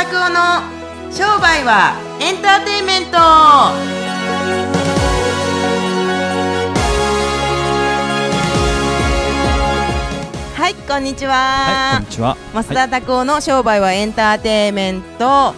拓夫の商売はエンターテインメント。はい、こんにちは。 はい、こんにちは。 増田拓夫の商売はエンターテインメント。 はい。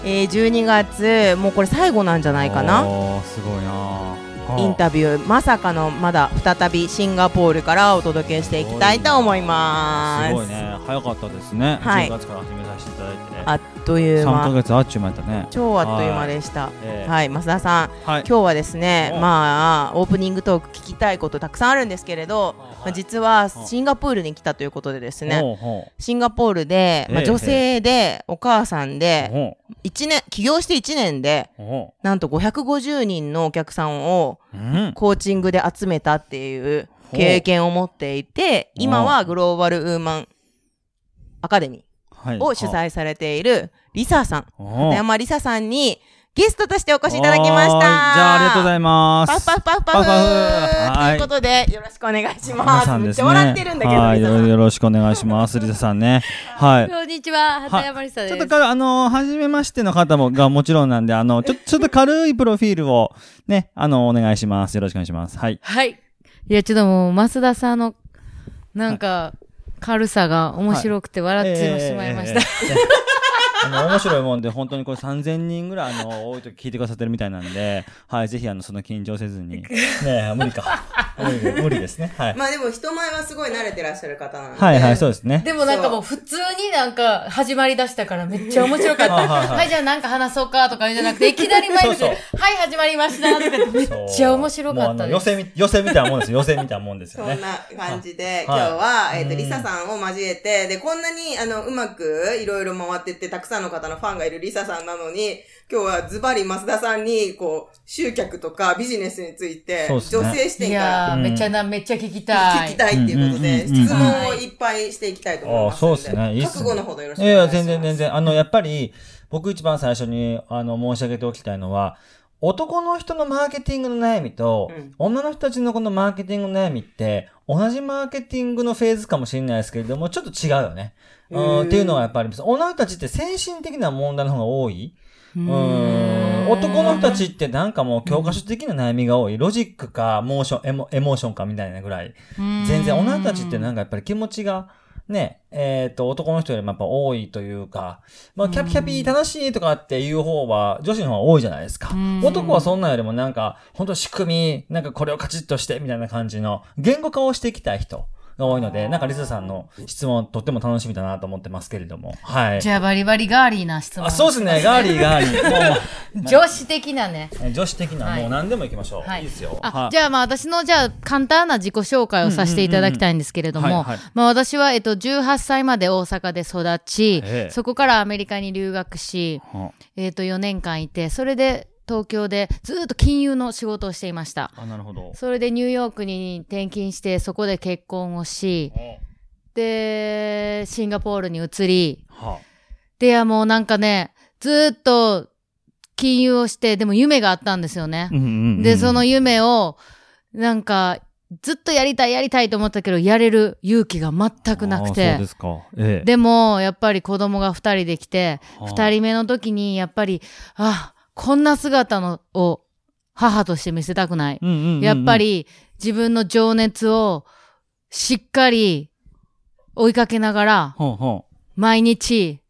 12月もうこれ最後なんじゃないかな。 すごいな。 インタビューまさかのまだ再びシンガポールからお届けしていきたいと思います。 すごいね、早かったですね。 はい、 10月から始めさせていただいてね。 あっという間。 3ヶ月あっちゅう間やったね。 超あっという間でした。はい、増田さん、今日はですね、まあオープニングトーク聞きたいことたくさんあるんですけれど、実はシンガポールに来たということでですね、シンガポールで、女性でお母さんで起業して1年でなんと550人のお客さんをコーチングで集めたっていう経験を持っていて、今はグローバルウーマンアカデミーを主催されているリサさん、片山リサさんにゲストとしてお越しいただきました。じゃあありがとうございます。 パフパフパフパフということでよろしくお願いします。めっちゃ笑ってるんだけど、 よろしくお願いします。リサさんね。はい。 こんにちは、片山リサです。 ちょっと初めましての方もがもちろんなんで、ちょっと軽いプロフィールをね、お願いします。よろしくお願いします。はい。 はい。いや、ちょっともう増田さんのなんか軽さが面白くて笑ってしまいました。 面白いもんで、本当にこれ3000人ぐらい多い時聞いてくださってるみたいなんで、はい、ぜひその緊張せずに。ね、無理か。無理ですね。はい。 まあでも人前はすごい慣れてらっしゃる方なんで。 はいはい、そうですね。 でもなんかもう普通になんか始まりだしたからめっちゃ面白かった。はい、じゃあなんか話そうかとか言うんじゃなくて、いきなり前にはい、始まりましたとかってめっちゃ面白かったです。 寄せみたいなもんですよ。寄せみたいなもんですよね。 そんな感じで、今日は、リサさんを交えて、で、こんなに、うまくいろいろ回ってって、たくさんの方のファンがいるリサさんなのに、今日はズバリ増田さんに、集客とかビジネスについて、女性視点から、 めっちゃ聞きたい。 聞きたいっていうことで、質問をいっぱいしていきたいと思いますので。そうですね。覚悟のほどよろしくお願いします。 全然。やっぱり、僕一番最初に、申し上げておきたいのは、男の人のマーケティングの悩みと、女の人たちのこのマーケティングの悩みって、同じマーケティングのフェーズかもしれないですけれども、ちょっと違うよね。っていうのはやっぱり、女の人たちって精神的な問題の方が多い。男の人たちってなんかもう教科書的な悩みが多い。ロジックか、エモーションかみたいなぐらい。全然女の人たちってなんかやっぱり気持ちが、ね、男の人よりもやっぱ多いというか、まあ、キャピキャピ楽しいとかっていう方は、女子の方が多いじゃないですか。男はそんなよりもなんか、ほんと仕組み、なんかこれをカチッとして、みたいな感じの、言語化をしていきたい人が多いので、なんかリサさんの質問とっても楽しみだなと思ってますけれども。はい。 じゃあバリバリガーリーな質問。 そうですね、ガーリー。 女子的なね。 女子的な、もう何でも行きましょう。いいですよ。 じゃあ私の簡単な自己紹介をさせていただきたいんですけれども、私は18歳まで大阪で育ち、そこからアメリカに留学し、4年間いて、それで東京でずっと金融の仕事をしていました。 なるほど。 それでニューヨークに転勤して、そこで結婚をし、で、シンガポールに移り、で、もうなんかね、ずっと金融をして、でも夢があったんですよね。で、その夢を、なんか、ずっとやりたいと思ったけど、やれる勇気が全くなくて。 そうですか。 でも、やっぱり子供が2人できて、2人目の時に、やっぱり、こんな姿を母として見せたくない。やっぱり自分の情熱をしっかり追いかけながら、毎日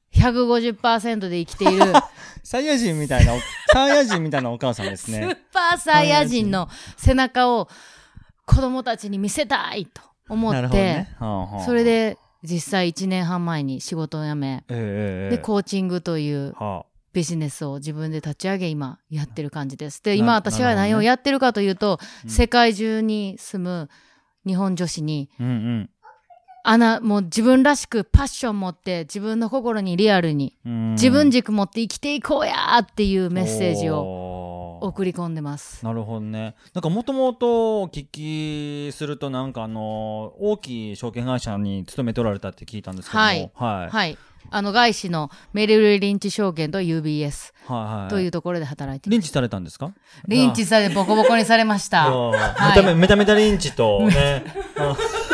150% で生きている。 サイヤ人みたいなお母さんですね。 スーパーサイヤ人の背中を子供たちに見せたいと思って、それで実際1年半前に仕事を辞め、で、コーチングという、ビジネスを自分で立ち上げ今やってる感じです。で、今私が何をやってるかというと、世界中に住む日本女子に、もう自分らしくパッション持って自分の心にリアルに自分軸持って生きていこうやっていうメッセージを送り込んでます。 なるほどね。なんかもともとお聞きするとなんか大きい証券会社に勤めておられたって聞いたんですけども、 はい。外資のメリル・リンチ証券と UBS というところで働いてます。 リンチされたんですか？ リンチされてボコボコにされました。 メタメタリンチとね。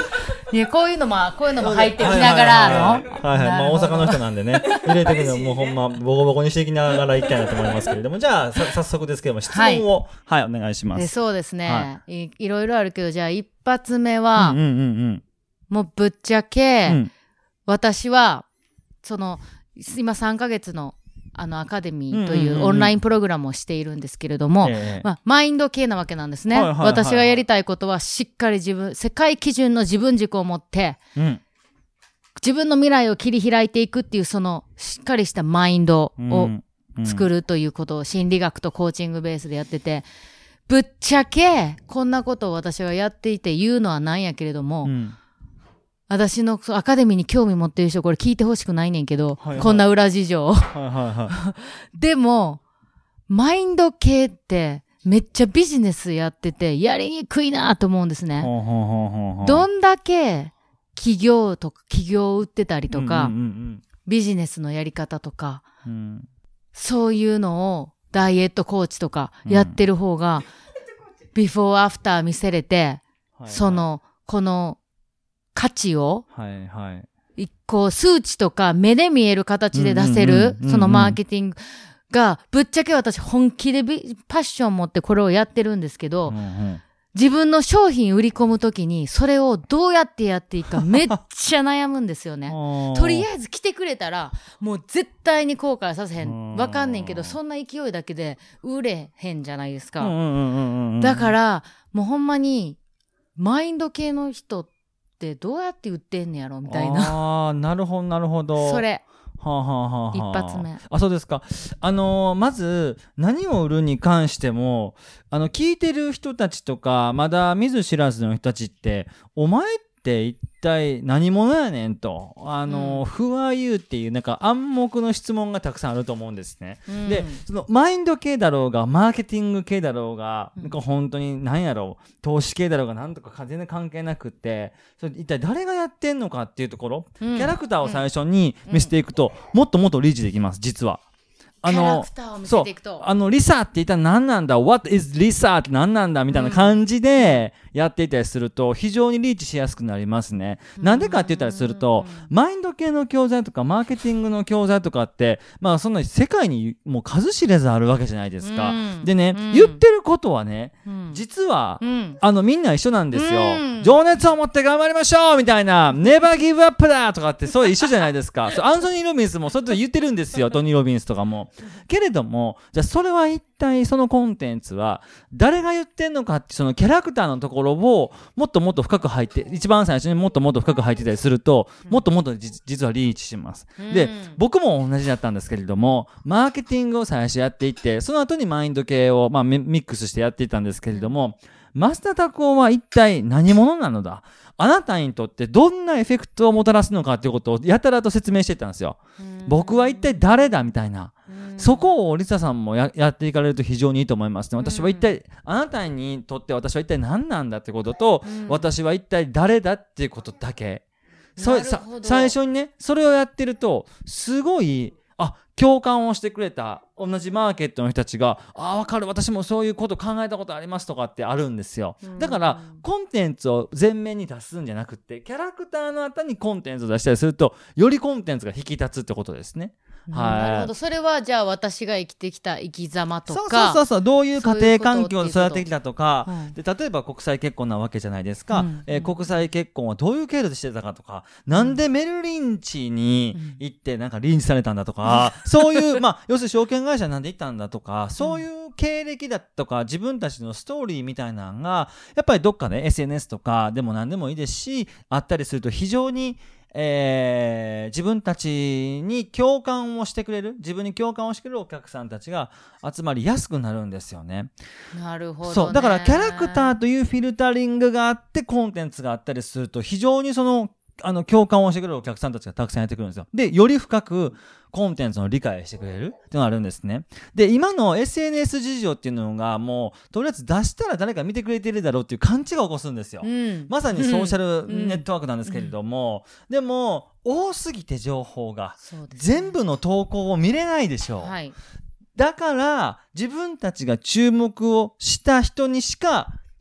いや、こういうのも入ってきながらの。 はい。まあ、大阪の人なんでね、入れてくるのもほんま、ボコボコにしていきながらいきたいなと思いますけれども、じゃあ、早速ですけども、質問を、はい、お願いします。 そうですね。いろいろあるけど、じゃあ、一発目は、もうぶっちゃけ、私は、今3ヶ月のアカデミーというオンラインプログラムをしているんですけれども、マインド系なわけなんですね。私がやりたいことはしっかり世界基準の自分軸を持って、自分の未来を切り開いていくっていうしっかりしたマインドを作るということを心理学とコーチングベースでやってて、ぶっちゃけこんなことを私がやっていて言うのはなんやけれども、私のアカデミーに興味持ってる人これ聞いてほしくないねんけど、こんな裏事情でもマインド系ってめっちゃビジネスやっててやりにくいなと思うんですね。どんだけ企業を売ってたりとか、ビジネスのやり方とか、そういうのをダイエットコーチとかやってる方が、ビフォーアフター見せれて、この価値を、こう数値とか目で見える形で出せる、そのマーケティングが、ぶっちゃけ私本気でパッション持ってこれをやってるんですけど、自分の商品売り込むときに、それをどうやってやっていいかめっちゃ悩むんですよね。とりあえず来てくれたら、もう絶対に後悔させへん。わかんねんけど、そんな勢いだけで売れへんじゃないですか。だから、もうほんまに、マインド系の人ってどうやって売ってんねやろみたいな。 なるほど、なるほど。 それ。一発目。 そうですか。まず、何を売るに関しても、聞いてる人たちとか、まだ見ず知らずの人たちって、お前って一体何者やねんと、Who are you っていうなんか暗黙の質問がたくさんあると思うんですね。で、そのマインド系だろうが、マーケティング系だろうが、なんか本当に何やろう、投資系だろうがなんとか全然関係なくって、それ一体誰がやってんのかっていうところ、キャラクターを最初に見せていくと、もっともっとリーチできます、実は。 キャラクターを見せていくと。 リサって言ったら何なんだ ?What is リサって何なんだみたいな感じでやっていたりすると非常にリーチしやすくなりますね。なんでかって言ったりすると、マインド系の教材とかマーケティングの教材とかって、まあそんな世界にもう数知れずあるわけじゃないですか。でね、言ってることはね、実は、みんな一緒なんですよ。情熱を持って頑張りましょうみたいな、Never give up だとかってそう一緒じゃないですか。アンソニー・ロビンスもそうやって言ってるんですよ。トニー・ロビンスとかも。けれども、じゃあそれは一体そのコンテンツは誰が言ってんのかって、そのキャラクターのところをもっともっと深く入って、一番最初にもっともっと深く入ってたりすると、もっともっと実はリーチします。で、僕も同じだったんですけれども、マーケティングを最初やっていって、その後にマインド系をミックスしてやっていたんですけれども、増田拓夫は一体何者なのだ、あなたにとってどんなエフェクトをもたらすのかっていうことをやたらと説明していったんですよ。僕は一体誰だみたいな。そこをリサさんも やっていかれると非常にいいと思いますね。私は一体、あなたにとって私は一体何なんだってことと、私は一体誰だっていうことだけ。最初にね、それをやってると、すごい、共感をしてくれた同じマーケットの人たちが、わかる、私もそういうこと考えたことありますとかってあるんですよ。だからコンテンツを前面に出すんじゃなくて、キャラクターの後にコンテンツを出したりすると、よりコンテンツが引き立つってことですね。 なるほど。それはじゃあ私が生きてきた生き様とか、 そうどういう家庭環境で育ってきたとか、で例えば国際結婚なわけじゃないですか。国際結婚はどういう経路でしてたかとか、なんでメルリンチに行ってなんかリンチされたんだとか、そういう要するに証券会社なんで行ったんだとか、そういう経歴だとか自分たちのストーリーみたいなのがやっぱりどっかね SNS とかでも何でもいいですし、あったりすると非常に自分たちに共感をしてくれる、自分に共感をしてくれるお客さんたちが集まりやすくなるんですよね。 なるほどね。 そうだからキャラクターというフィルタリングがあってコンテンツがあったりすると、非常にその共感をしてくれるお客さんたちがたくさんやってくるんですよ。で、より深くコンテンツの理解してくれるっていうのがあるんですね。で、今の SNS 事情っていうのがもうとりあえず出したら誰か見てくれてるだろうっていう勘違いを起こすんですよ。まさにソーシャルネットワークなんですけれども、でも多すぎて情報が、全部の投稿を見れないでしょう。だから自分たちが注目をした人にしか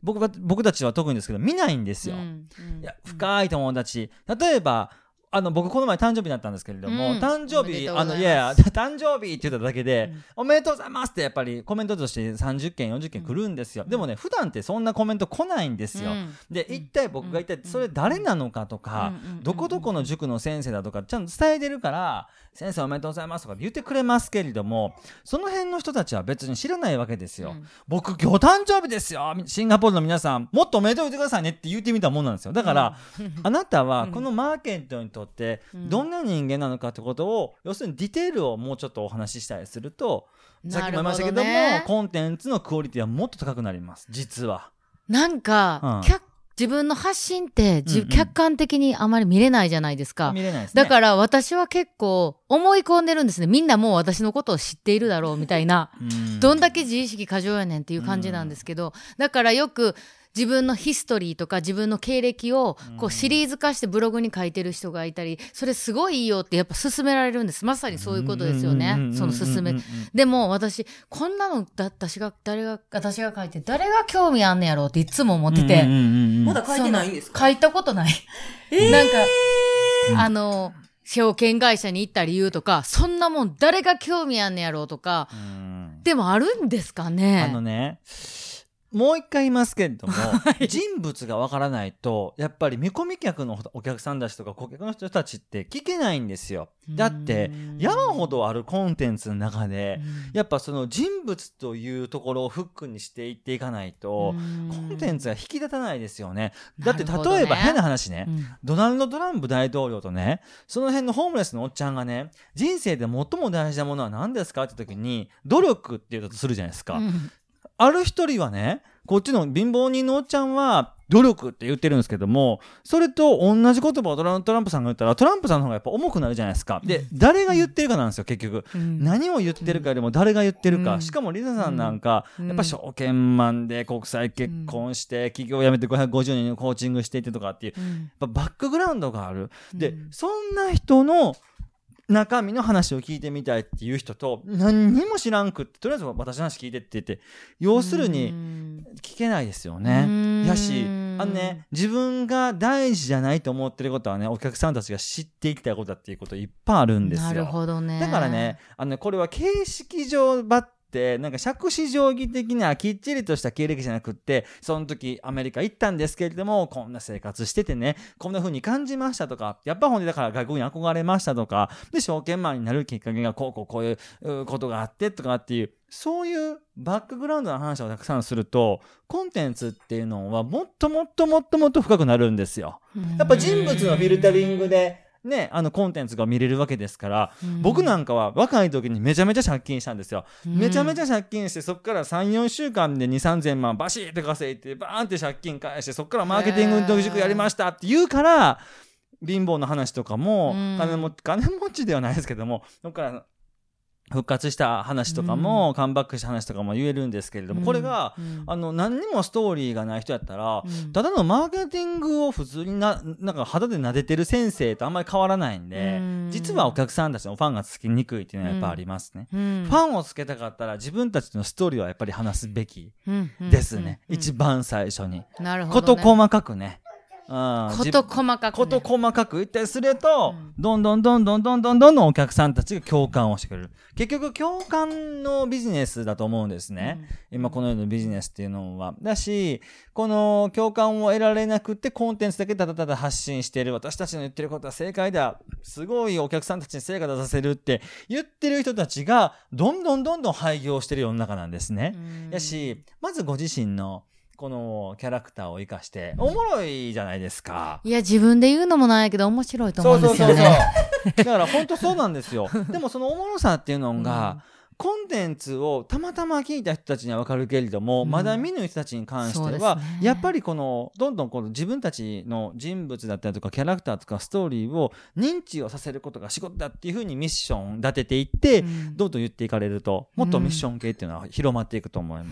僕たちは特にですけど見ないんですよ。いや深い友達、例えば僕この前誕生日だったんですけれども、誕生日誕生日って言っただけで、おめでとうございますってやっぱりコメントとして30件40件来るんですよ。でもね普段ってそんなコメント来ないんですよ。で一体僕がそれ誰なのかとか、どこどこの塾の先生だとかちゃんと伝えてるから、先生おめでとうございますとか言ってくれますけれども、その辺の人たちは別に知らないわけですよ。僕今日誕生日ですよ、シンガポールの皆さんもっとおめでとう言ってくださいねって言ってみたもんなんですよ。だから、あなたはこのマーケットにとってどんな人間なのかってことを、要するにディテールをもうちょっとお話ししたりすると、さっきも言いましたけども、コンテンツのクオリティはもっと高くなります。実はなんか、自分の発信って客観的にあまり見れないじゃないですか。 見れないですね。 だから私は結構思い込んでるんですね。みんなもう私のことを知っているだろうみたいな、どんだけ自意識過剰やねんっていう感じなんですけど、だからよく自分のヒストリーとか自分の経歴をこうシリーズ化してブログに書いてる人がいたり、それすごいいいよってやっぱ勧められるんです。まさにそういうことですよね。その勧め。でも私こんなの私が書いて誰が興味あんねやろうっていつも思ってて、 まだ書いてないんですか？ 書いたことない。なんか証券会社に行った理由とか、そんなもん誰が興味あんねやろうとか、でもあるんですかね。 もう一回言いますけれども、人物がわからないとやっぱり見込み客のお客さんたちとか顧客の人たちって聞けないんですよ。だって山ほどあるコンテンツの中でやっぱその人物というところをフックにしていっていかないとコンテンツが引き立たないですよね。だって例えば変な話ね、ドナルド・トランプ大統領とね、その辺のホームレスのおっちゃんがね、人生で最も大事なものは何ですかって時に努力って言うとするじゃないですか。ある一人はね、こっちの貧乏人のおっちゃんは努力って言ってるんですけども、それと同じ言葉をトランプさんが言ったらトランプさんの方がやっぱ重くなるじゃないですか。で、誰が言ってるかなんですよ結局、何を言ってるかよりも誰が言ってるか、しかもリサさんなんか、やっぱ証券マンで国際結婚して企業を辞めて550人のコーチングしていてとかっていう、やっぱバックグラウンドがある。で、そんな人の中身の話を聞いてみたいっていう人と、何にも知らんくってとりあえず私の話聞いてって言って、要するに聞けないですよね。やし自分が大事じゃないと思ってることはね、お客さんたちが知っていきたいことだっていうこといっぱいあるんですよ。 なるほどね。 だからね、これは形式上なんか杓子定規的なきっちりとした経歴じゃなくって、その時アメリカ行ったんですけれどもこんな生活しててね、こんな風に感じましたとか、やっぱほんでだから外国に憧れましたとかで、証券マンになるきっかけがこういうことがあってとかっていう、そういうバックグラウンドの話をたくさんするとコンテンツっていうのはもっと深くなるんですよ。やっぱ人物のフィルタリングでね、コンテンツが見れるわけですから、僕なんかは若い時にめちゃめちゃ借金したんですよ。めちゃめちゃ借金して、そこから3、4週間で2、3000万バシーって稼いでバーンって借金返して、そこからマーケティングの塾やりましたって言うから、貧乏の話とかも、金持ちではないですけども、そこから復活した話とかも、カムバックした話とかも言えるんですけれども、これが、何にもストーリーがない人やったら、ただのマーケティングを普通になんか肌で撫でてる先生とあんまり変わらないんで、実はお客さんたちのファンがつきにくいっていうのはやっぱありますね。ファンをつけたかったら自分たちのストーリーはやっぱり話すべきですね。一番最初に。 なるほどね。 事細かくね。 事細かく、 事細かく言ったりすると、どんどんお客さんたちが共感をしてくれる。結局共感のビジネスだと思うんですね。今この世のビジネスっていうのは。だし、この共感を得られなくてコンテンツだけただ発信している。私たちの言ってることは正解だ。すごいお客さんたちに成果出させるって言ってる人たちがどんどん廃業してる世の中なんですね。やし、まずご自身のこのキャラクターを生かしておもろいじゃないですか。 いや自分で言うのもないけど面白いと思うんですよね。 だから本当そうなんですよ。でもそのおもろさっていうのが、コンテンツをたまたま聞いた人たちには分かるけれども、まだ見ぬ人たちに関しては、やっぱりこのどんどんこの自分たちの人物だったりとかキャラクターとかストーリーを認知をさせることが仕事だっていうふうにミッション立てていって、どんどん言っていかれるともっとミッション系っていうのは広まっていくと思います。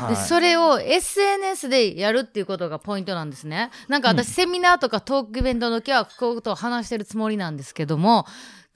でそれを SNS でやるっていうことがポイントなんですね。なんか私セミナーとかトークイベントの時はこういうことを話してるつもりなんですけども、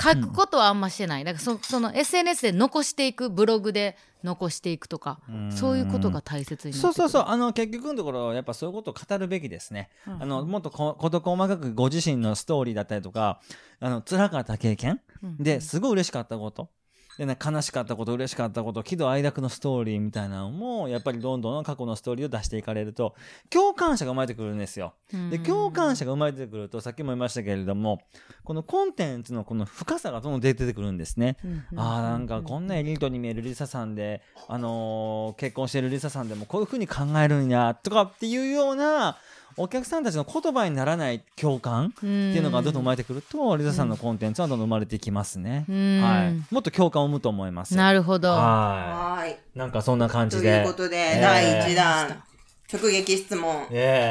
書くことはあんましてない。だからその SNS で残していく、ブログで残していくとか、そういうことが大切になってくる。 そう結局のところやっぱそういうことを語るべきですね。もっと事細かくご自身のストーリーだったりとか、辛かった経験、ですごい嬉しかったこと。でね、悲しかったこと、嬉しかったこと、喜怒哀楽のストーリーみたいなのもやっぱりどんどん過去のストーリーを出していかれると共感者が生まれてくるんですよ。で、共感者が生まれてくるとさっきも言いましたけれども、このコンテンツのこの深さがどんどん出てくるんですね。なんかこんなエリートに見えるリサさんで、結婚しているリサさんでもこういう風に考えるんやとかっていうようなお客さんたちの言葉にならない共感っていうのがどんどん生まれてくると、リサさんのコンテンツはどんどん生まれていきますね。もっと共感を生むと思います。 なるほど。 なんかそんな感じで。 ということで、第1弾、直撃質問。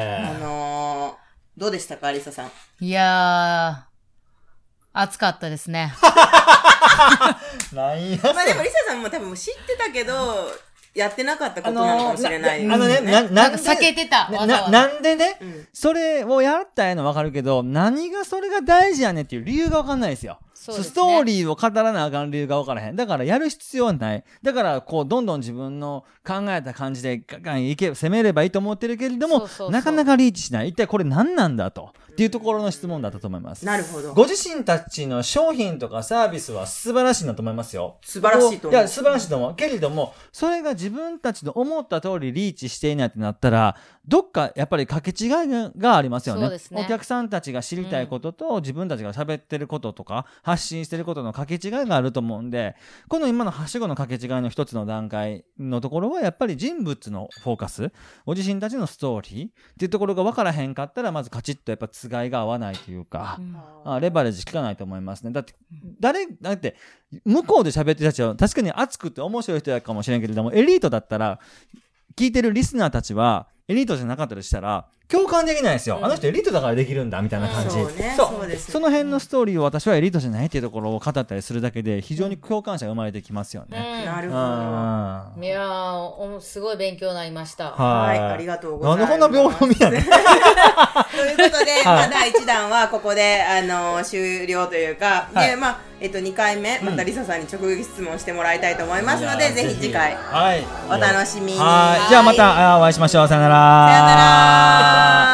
どうでしたか、リサさん。 いやー、暑かったですね。 まあでもリサさんも多分知ってたけど、やってなかったことなのかもしれない。 避けてた。 なんでね、それをやったらの分かるけど、何がそれが大事やねんっていう理由が分かんないですよ。ストーリーを語らなあかん理由が分からへん。だからやる必要はない。だからどんどん自分の考えた感じで攻めればいいと思ってるけれども、なかなかリーチしない。一体これ何なんだと。っていうところの質問だったと思います。 なるほど。 ご自身たちの商品とかサービスは素晴らしいなと思いますよ。 素晴らしいと思う。 いや、素晴らしいと思う。けれども、それが自分たちの思った通りリーチしていないってなったら、どっかやっぱり掛け違いがありますよね。お客さんたちが知りたいことと、自分たちが喋ってることとか、発信してることの掛け違いがあると思うんで、この今のはしごの掛け違いの一つの段階のところは、やっぱり人物のフォーカス、ご自身たちのストーリーっていうところが分からへんかったら、まずカチッとやっぱつがいが合わないというか、レバレッジ効かないと思いますね。だって向こうで喋ってる人たちは確かに熱くて面白い人やかもしれんけれども、エリートだったら聞いてるリスナーたちはエリートじゃなかったとしたら共感できないですよ。あの人エリートだからできるんだみたいな感じ。その辺のストーリーを私はエリートじゃないっていうところを語ったりするだけで非常に共感者が生まれてきますよね。 なるほど。 いやー、すごい勉強になりました。 はい、ありがとうございます。 なんでこんな秒読みやね。 ということで、第1弾はここで終了というか、で2回目またリサさんに直撃質問してもらいたいと思いますので、ぜひ次回お楽しみに。 じゃあまたお会いしましょう。さよなら。 さよなら。